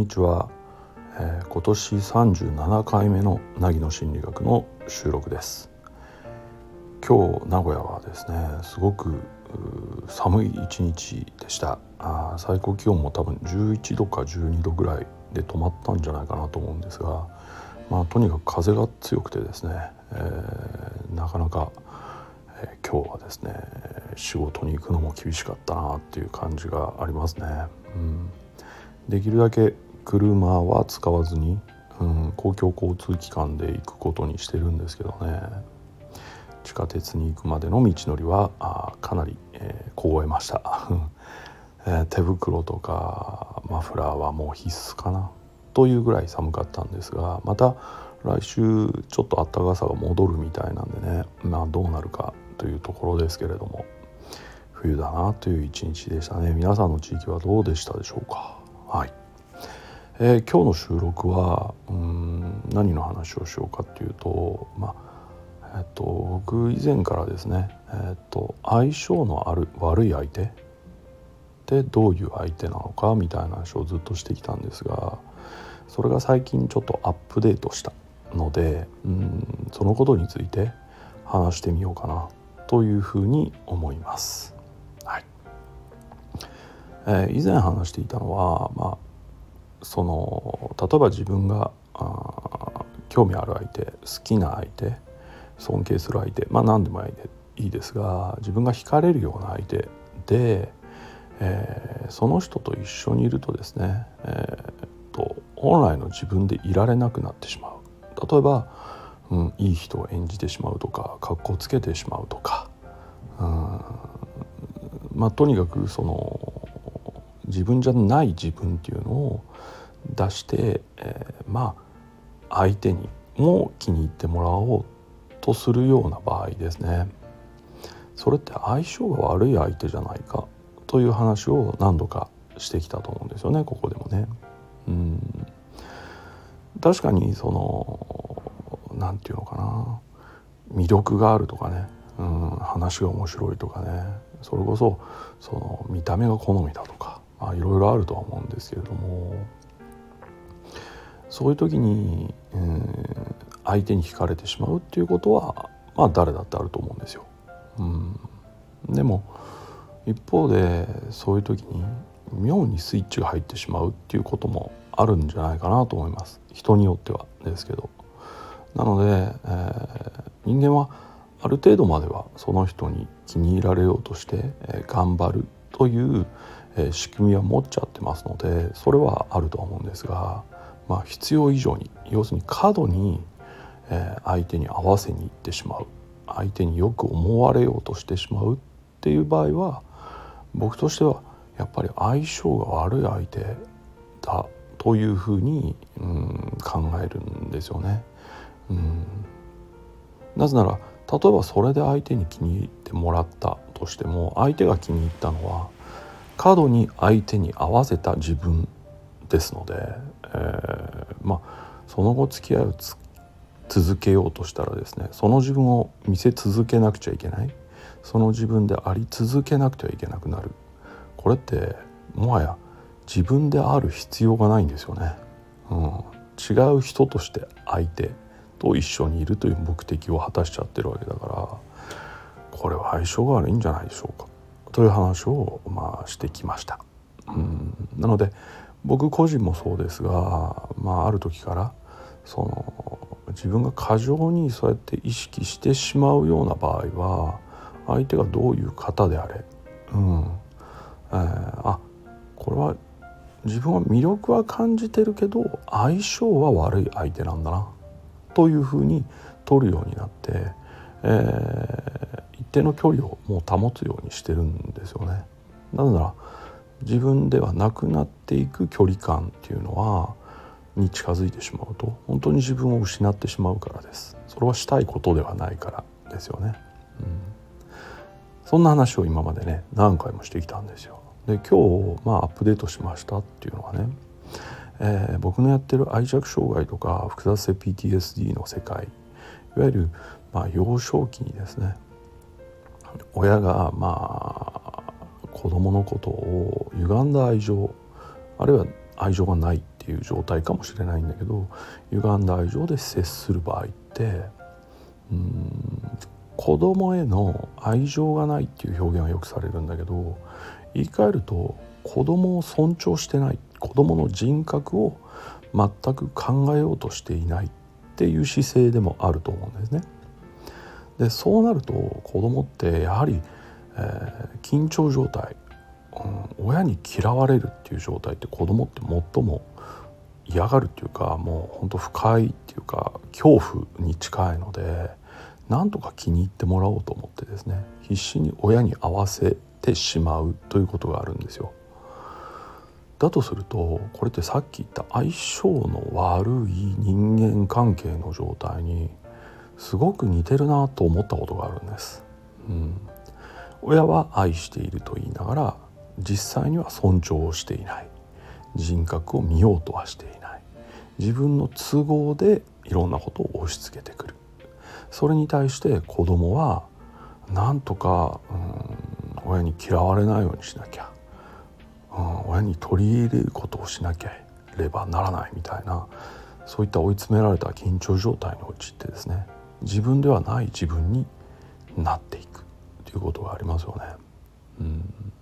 ちは、今年37回目の凪の心理学の収録です。今日名古屋はですねすごく寒い一日でした。最高気温も多分11度か12度ぐらいで止まったんじゃないかなと思うんですが、とにかく風が強くてですね、なかなか、今日はですね仕事に行くのも厳しかったなっていう感じがありますね。できるだけ車は使わずに、公共交通機関で行くことにしてるんですけどね、地下鉄に行くまでの道のりはかなり、凍えました手袋とかマフラーはもう必須かなというぐらい寒かったんですが、また来週ちょっと暖かさが戻るみたいなんでね、どうなるかというところですけれども、冬だなという一日でしたね。皆さんの地域はどうでしたでしょうか。今日の収録は何の話をしようかっていうと、僕以前からですね、相性のある悪い相手ってどういう相手なのかみたいな話をずっとしてきたんですが、それが最近ちょっとアップデートしたので、そのことについて話してみようかなというふうに思います。以前話していたのは、例えば自分が興味ある相手、好きな相手、尊敬する相手、何でもいいですが、自分が惹かれるような相手で、その人と一緒にいるとですね、本来の自分でいられなくなってしまう。例えば、いい人を演じてしまうとか、格好つけてしまうとか、とにかく自分じゃない自分っていうのを出して、相手にも気に入ってもらおうとするような場合ですね、それって相性が悪い相手じゃないかという話を何度かしてきたと思うんですよね、ここでもね。確かになんていうのかな、魅力があるとかね、話が面白いとかね、それこそ見た目が好みだとか、いろいろあるとは思うんですけれども、そういう時に、相手に惹かれてしまうっていうことは、誰だってあると思うんですよ。でも一方でそういう時に妙にスイッチが入ってしまうっていうこともあるんじゃないかなと思います。人によってはですけど。なので、人間はある程度まではその人に気に入られようとして、頑張るという、仕組みは持っちゃってますので、それはあるとは思うんですが、必要以上に、要するに過度に、相手に合わせにいってしまう、相手によく思われようとしてしまうっていう場合は、僕としてはやっぱり相性が悪い相手だというふうに、考えるんですよね。なぜなら、例えばそれで相手に気に入ってもらったとしても、相手が気に入ったのは過度に相手に合わせた自分ですので、その後付き合いを続けようとしたらですね、その自分を見せ続けなくちゃいけない、その自分であり続けなくてはいけなくなる。これってもはや自分である必要がないんですよね。違う人として相手と一緒にいるという目的を果たしちゃってるわけだから、これは相性が悪いんじゃないでしょうかという話をしてきました。なので僕個人もそうですが、ある時から自分が過剰にそうやって意識してしまうような場合は、相手がどういう方であれ、これは自分は魅力は感じてるけど相性は悪い相手なんだなというふうに取るようになって、一定の距離をもう保つようにしてるんですよね。なぜなら自分ではなくなっていく距離感っていうのに近づいてしまうと本当に自分を失ってしまうからです。それはしたいことではないからですよね。そんな話を今までね何回もしてきたんですよ。で今日アップデートしましたっていうのはね、僕のやってる愛着障害とか複雑性 PTSD の世界、いわゆる幼少期にですね、親が子供のことを歪んだ愛情、あるいは愛情がないっていっていう状態かもしれないんだけど、歪んだ愛情で接する場合って子供への愛情がないっていう表現はよくされるんだけど、言い換えると子供を尊重してない、子供の人格を全く考えようとしていないっていう姿勢でもあると思うんですね。でそうなると子供ってやはり、緊張状態、親に嫌われるっていう状態って子供って最も嫌がるっていうか、もう本当不快っていうか恐怖に近いので、なんとか気に入ってもらおうと思ってですね、必死に親に合わせてしまうということがあるんですよ。だとするとこれってさっき言った相性の悪い人間関係の状態にすごく似てるなと思ったことがあるんです。親は愛していると言いながら実際には尊重をしていない、人格を見ようとはしていない、自分の都合でいろんなことを押し付けてくる。それに対して子供はなんとか親に嫌われないようにしなきゃ、親に取り入れることをしなければならないみたいな、そういった追い詰められた緊張状態に陥ってですね、自分ではない自分になっていくということがありますよね。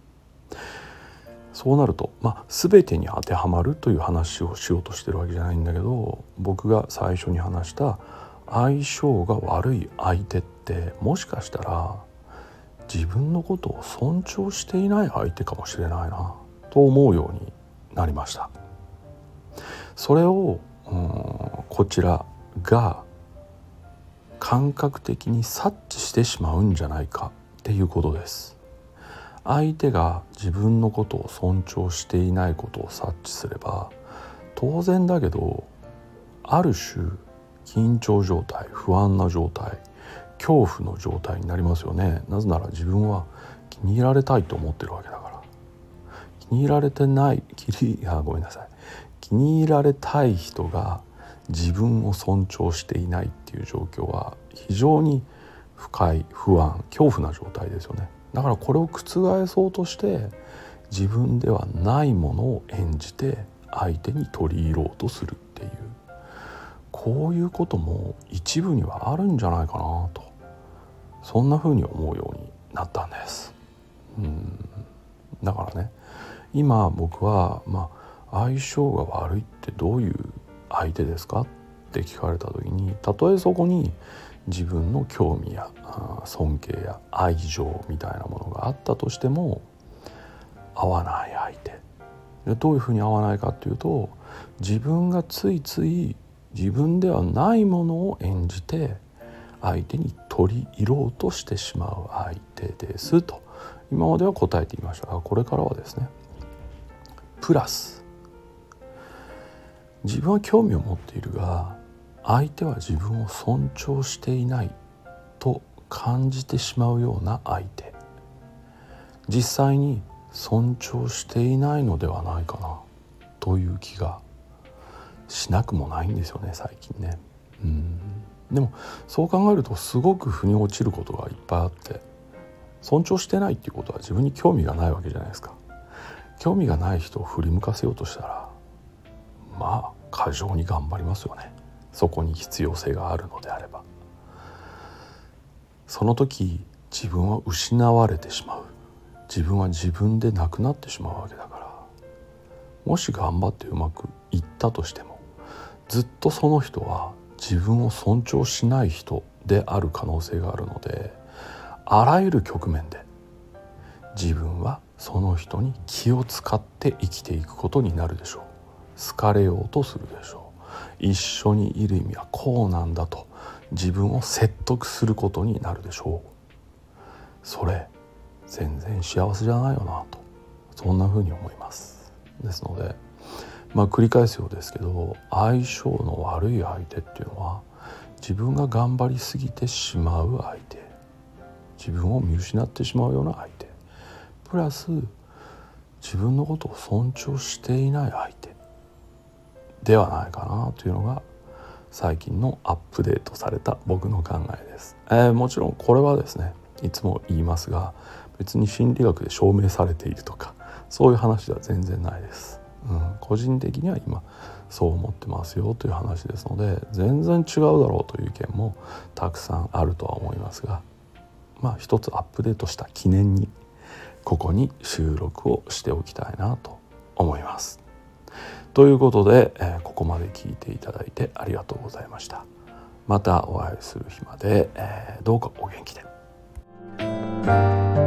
そうなると、全てに当てはまるという話をしようとしてるわけじゃないんだけど、僕が最初に話した相性が悪い相手ってもしかしたら自分のことを尊重していない相手かもしれないなと思うようになりました。それをこちらが感覚的に察知してしまうんじゃないかっていうことです。相手が自分のことを尊重していないことを察知すれば、当然だけどある種緊張状態、不安な状態、恐怖の状態になりますよね。なぜなら自分は気に入られたいと思ってるわけだから。気に入られてない気に入られたい人が自分を尊重していないっていう状況は非常に不快、不安、恐怖な状態ですよね。だからこれを覆そうとして自分ではないものを演じて相手に取り入ろうとするっていう、こういうことも一部にはあるんじゃないかなと、そんな風に思うようになったんです。だからね、今僕は相性が悪いってどういう相手ですかって聞かれた時に、たとえそこに自分の興味や尊敬や愛情みたいなものがあったとしても合わない相手で、どういうふうに合わないかっていうと、自分がついつい自分ではないものを演じて相手に取り入ろうとしてしまう相手ですと今までは答えていましたが、これからはですね、プラス自分は興味を持っているが相手は自分を尊重していないと感じてしまうような相手、実際に尊重していないのではないかなという気がしなくもないんですよね、最近ね。でもそう考えるとすごく腑に落ちることがいっぱいあって、尊重してないっていうことは自分に興味がないわけじゃないですか。興味がない人を振り向かせようとしたら過剰に頑張りますよね。そこに必要性があるのであれば、その時自分は失われてしまう、自分は自分でなくなってしまうわけだから、もし頑張ってうまくいったとしてもずっとその人は自分を尊重しない人である可能性があるので、あらゆる局面で自分はその人に気を使って生きていくことになるでしょう。好かれようとするでしょう。一緒にいる意味はこうなんだと自分を説得することになるでしょう。それ全然幸せじゃないよなと、そんな風に思います。ですので繰り返すようですけど、相性の悪い相手っていうのは自分が頑張りすぎてしまう相手、自分を見失ってしまうような相手、プラス自分のことを尊重していない相手ではないかなというのが最近のアップデートされた僕の考えです。もちろんこれはですね、いつも言いますが、別に心理学で証明されているとかそういう話では全然ないです。個人的には今そう思ってますよという話ですので、全然違うだろうという意見もたくさんあるとは思いますが、一つアップデートした記念にここに収録をしておきたいなと思います。ということで、ここまで聞いていただいてありがとうございました。またお会いする日まで、どうかお元気で。